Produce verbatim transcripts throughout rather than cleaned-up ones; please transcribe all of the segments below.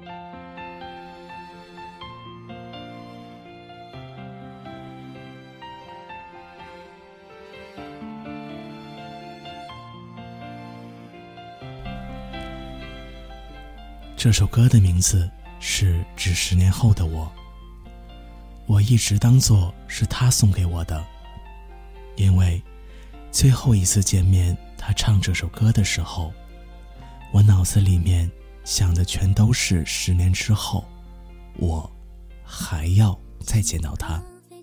这首歌的名字是《致十年后的我》，我一直当作是他送给我的，因为最后一次见面他唱这首歌的时候，我脑子里面想的全都是十年之后我还要再见到他。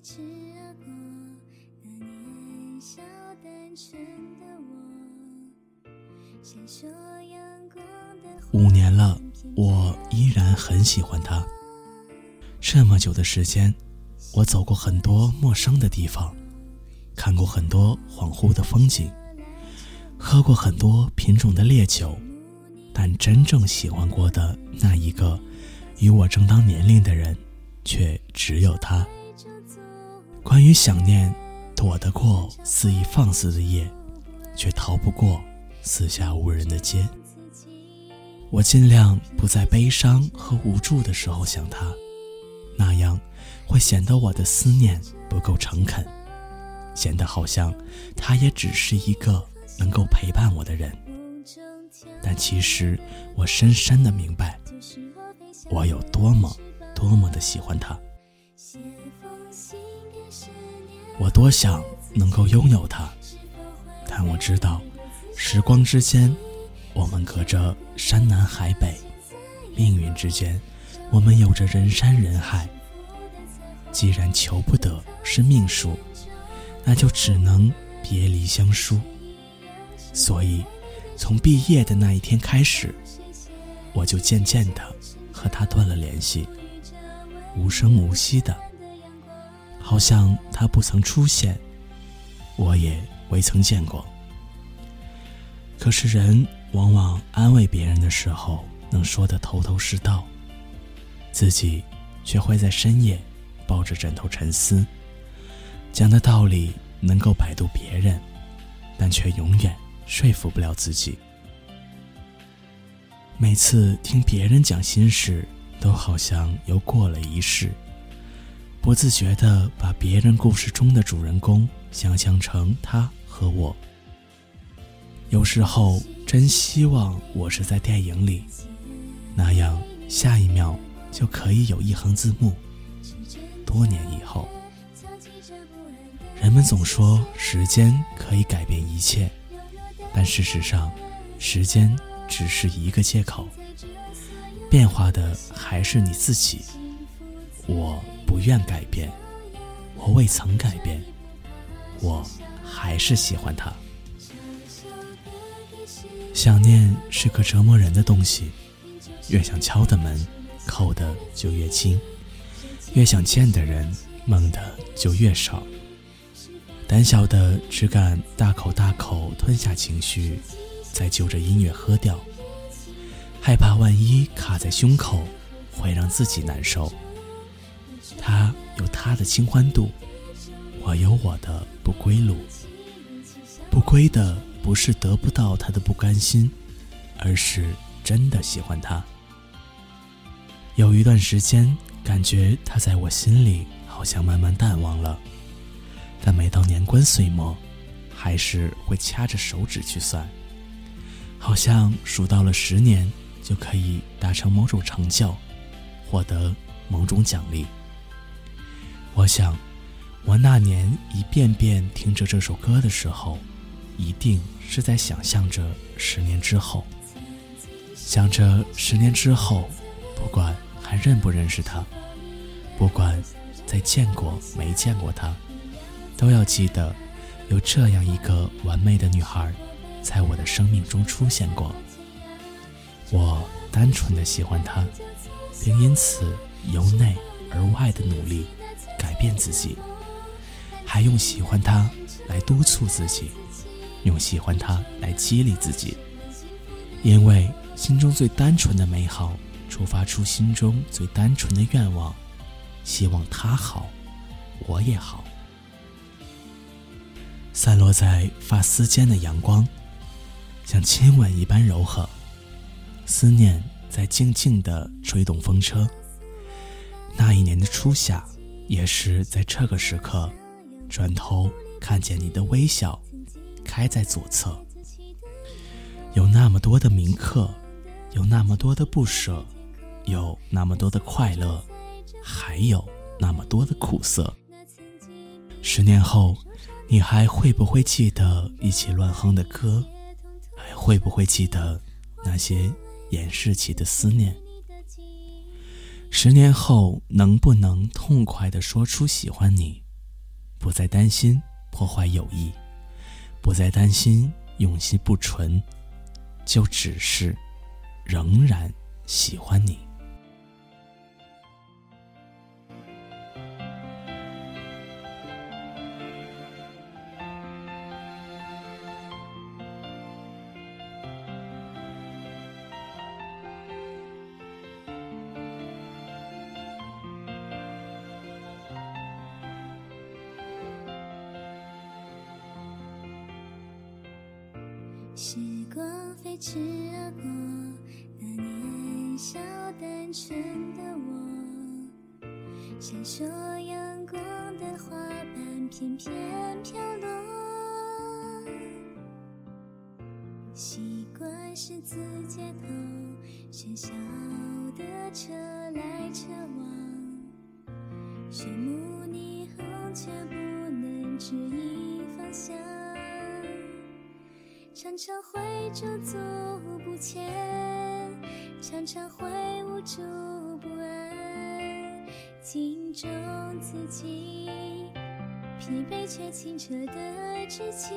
五年了，我依然很喜欢他。这么久的时间，我走过很多陌生的地方，看过很多恍惚的风景，喝过很多品种的烈酒，但真正喜欢过的那一个与我正当年龄的人却只有他。关于想念，躲得过肆意放肆的夜，却逃不过四下无人的街。我尽量不在悲伤和无助的时候想他，那样会显得我的思念不够诚恳，显得好像他也只是一个能够陪伴我的人。但其实我深深地明白，我有多么多么的喜欢他。我多想能够拥有他，但我知道时光之间我们隔着山南海北，命运之间我们有着人山人海。既然求不得是命数，那就只能别离相疏。所以从毕业的那一天开始，我就渐渐地和他断了联系，无声无息的，好像他不曾出现，我也未曾见过。可是人往往安慰别人的时候能说得头头是道，自己却会在深夜抱着枕头沉思，讲的道理能够摆渡别人，但却永远说服不了自己。每次听别人讲心事，都好像又过了一世，不自觉地把别人故事中的主人公想象成他和我。有时候真希望我是在电影里，那样下一秒就可以有一行字幕。多年以后，人们总说时间可以改变一切，但事实上时间只是一个借口，变化的还是你自己。我不愿改变，我未曾改变，我还是喜欢他。想念是个折磨人的东西，越想敲的门，扣的就越轻，越想见的人，梦的就越少。胆小的只敢大口大口吞下情绪，再就着音乐喝掉，害怕万一卡在胸口会让自己难受。他有他的清欢度，我有我的不归路。不归的不是得不到他的不甘心，而是真的喜欢他。有一段时间感觉他在我心里好像慢慢淡忘了，但每到年关岁末，还是会掐着手指去算，好像数到了十年就可以达成某种成就，获得某种奖励。我想我那年一遍遍听着这首歌的时候，一定是在想象着十年之后，想着十年之后，不管还认不认识他，不管再见过没见过他，都要记得有这样一个完美的女孩在我的生命中出现过。我单纯的喜欢她，并因此由内而外的努力改变自己，还用喜欢她来督促自己，用喜欢她来激励自己。因为心中最单纯的美好触发出心中最单纯的愿望，希望她好，我也好。散落在发丝间的阳光像亲吻一般柔和，思念在静静地吹动风车。那一年的初夏，也是在这个时刻，转头看见你的微笑开在左侧。有那么多的铭刻，有那么多的不舍，有那么多的快乐，还有那么多的苦涩。十年后，你还会不会记得一起乱哼的歌？还会不会记得那些掩饰起的思念？十年后，能不能痛快地说出喜欢你？不再担心破坏友谊，不再担心用心不纯，就只是仍然喜欢你。 时光飞驰而过，那年少单纯的我，闪烁阳光的花瓣翩翩飘落，习惯十字街头喧嚣的车来车往，雪幕霓虹却不能指引方向，常常会驻足不前，常常会无助不安，镜中自己疲惫却清澈的志气，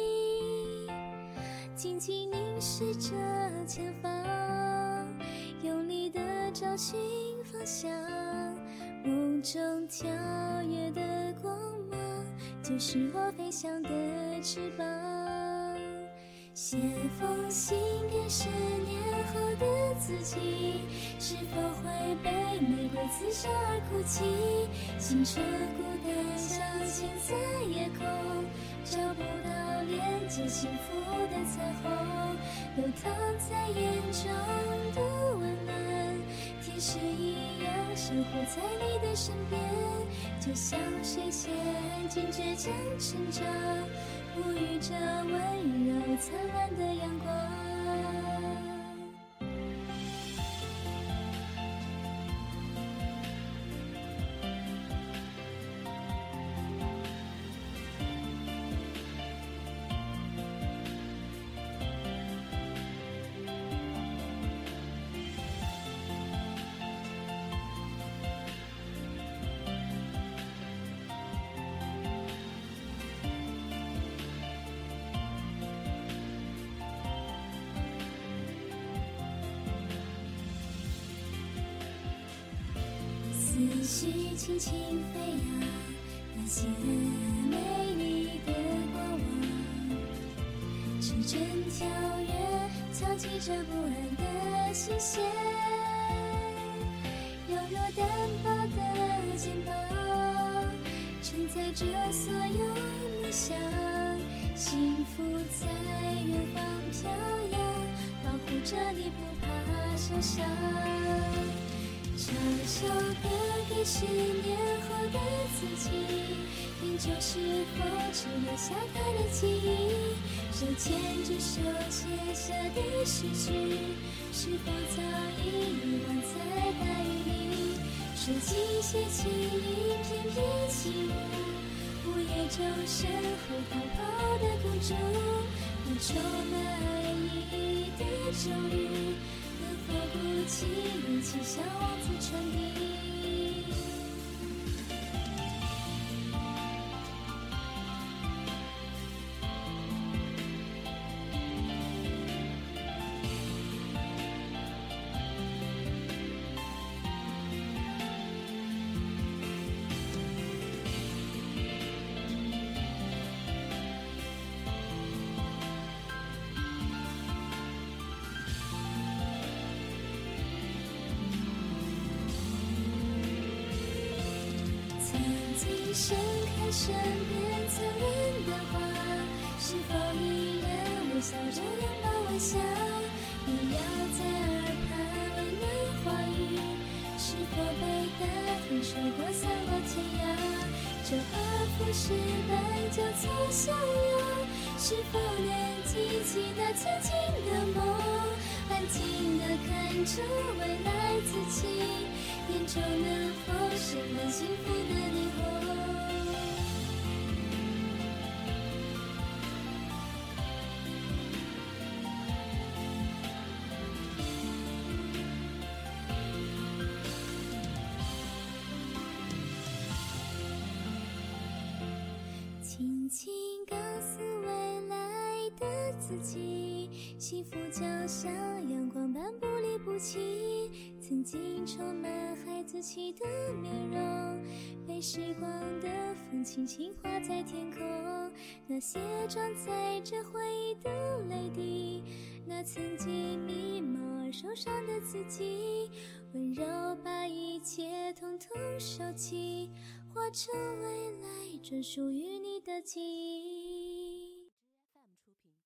紧紧凝视着前方，用力地找寻方向，梦中跳跃的光芒，就是我飞翔的翅膀。写封信给十年后的自己，是否会被玫瑰刺伤而哭泣？清澈孤单像潜在夜空，找不到连接幸福的彩虹，流淌在眼中的温暖，天使一样守护在你的身边，就像水仙坚倔强成长，沐浴着温柔灿烂的阳光。思绪轻轻飞扬，那些美丽的过往，指针跳跃，敲击着不安的心弦，柔弱单薄的肩膀，承载着所有梦想，幸福在远方飘扬，保护着你不怕受伤。唱首歌给十年后的自己，研究是否只留下他的记忆，手牵着手写下的诗句，是否早已遗忘在大雨里，手机写起一篇篇情物，午夜钟声后逃跑的公主，那充满爱意的咒语，能否鼓起勇气向王子传递？盛开身边残忍的花，是否依然微笑着拥抱晚霞？ 不要在耳畔为难话语，是否被打听说过散落天涯？周而复始本就从相拥，是否能记起那曾经的梦？安静地看着未来自己，眼中能否闪亮幸福的霓虹？轻轻告诉未来的自己，幸福就像阳光般不离不弃。曾经充满孩子气的面容，被时光的风轻轻划在天空。那些装载着回忆的泪滴，那曾经迷茫而受伤的自己，温柔把一切统统收起，化成未来专属于你的记忆。